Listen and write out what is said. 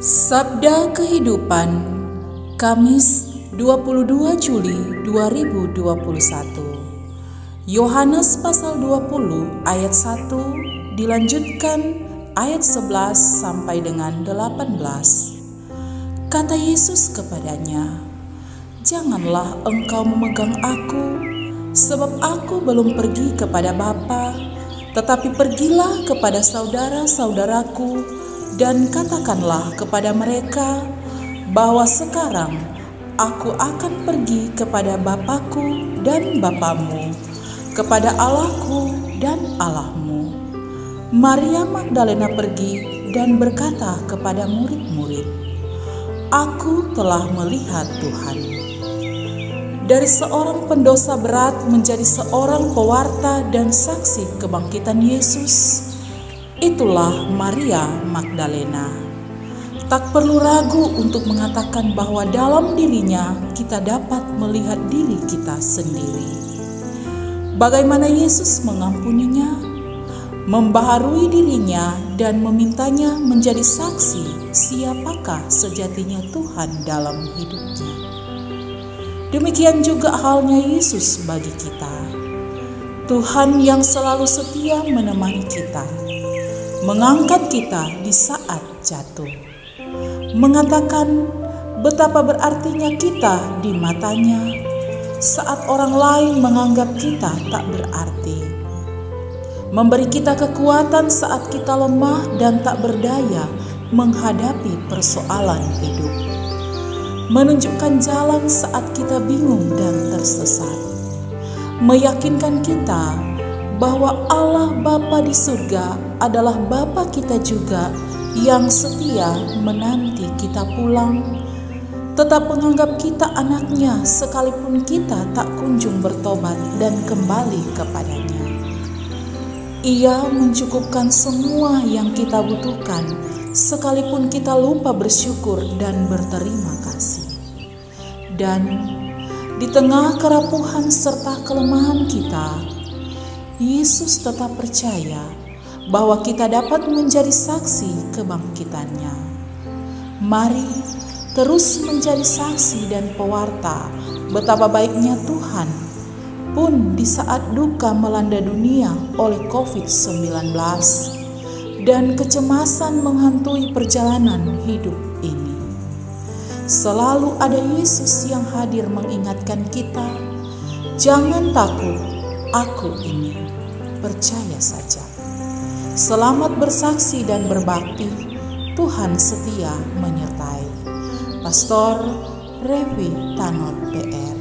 Sabda Kehidupan, Kamis 22 Juli 2021. Yohanes pasal 20 ayat 1 dilanjutkan ayat 11 sampai dengan 18. Kata Yesus kepadanya, "Janganlah engkau memegang aku, sebab aku belum pergi kepada Bapa, tetapi pergilah kepada saudara-saudaraku dan katakanlah kepada mereka bahwa sekarang aku akan pergi kepada Bapakku dan Bapamu, kepada Allahku dan Allahmu." Maria Magdalena pergi dan berkata kepada murid-murid, "Aku telah melihat Tuhan." Dari seorang pendosa berat menjadi seorang pewarta dan saksi kebangkitan Yesus, itulah Maria Magdalena. Tak perlu ragu untuk mengatakan bahwa dalam dirinya kita dapat melihat diri kita sendiri. Bagaimana Yesus mengampuninya, membaharui dirinya, dan memintanya menjadi saksi siapakah sejatinya Tuhan dalam hidupnya. Demikian juga halnya Yesus bagi kita. Tuhan yang selalu setia menemani kita, mengangkat kita di saat jatuh, mengatakan betapa berartinya kita di matanya saat orang lain menganggap kita tak berarti, memberi kita kekuatan saat kita lemah dan tak berdaya menghadapi persoalan hidup, menunjukkan jalan saat kita bingung dan tersesat, meyakinkan kita bahwa Allah Bapa di surga adalah Bapa kita juga yang setia menanti kita pulang, tetap menganggap kita anaknya sekalipun kita tak kunjung bertobat dan kembali kepadanya. Ia mencukupkan semua yang kita butuhkan sekalipun kita lupa bersyukur dan berterima kasih. Dan di tengah kerapuhan serta kelemahan kita, Yesus tetap percaya bahwa kita dapat menjadi saksi kebangkitannya. Mari terus menjadi saksi dan pewarta betapa baiknya Tuhan pun di saat duka melanda dunia oleh COVID-19 dan kecemasan menghantui perjalanan hidup ini. Selalu ada Yesus yang hadir mengingatkan kita, "Jangan takut, aku ini, percaya saja." Selamat bersaksi dan berbakti, Tuhan setia menyertai. Pastor Revi Tanot PR.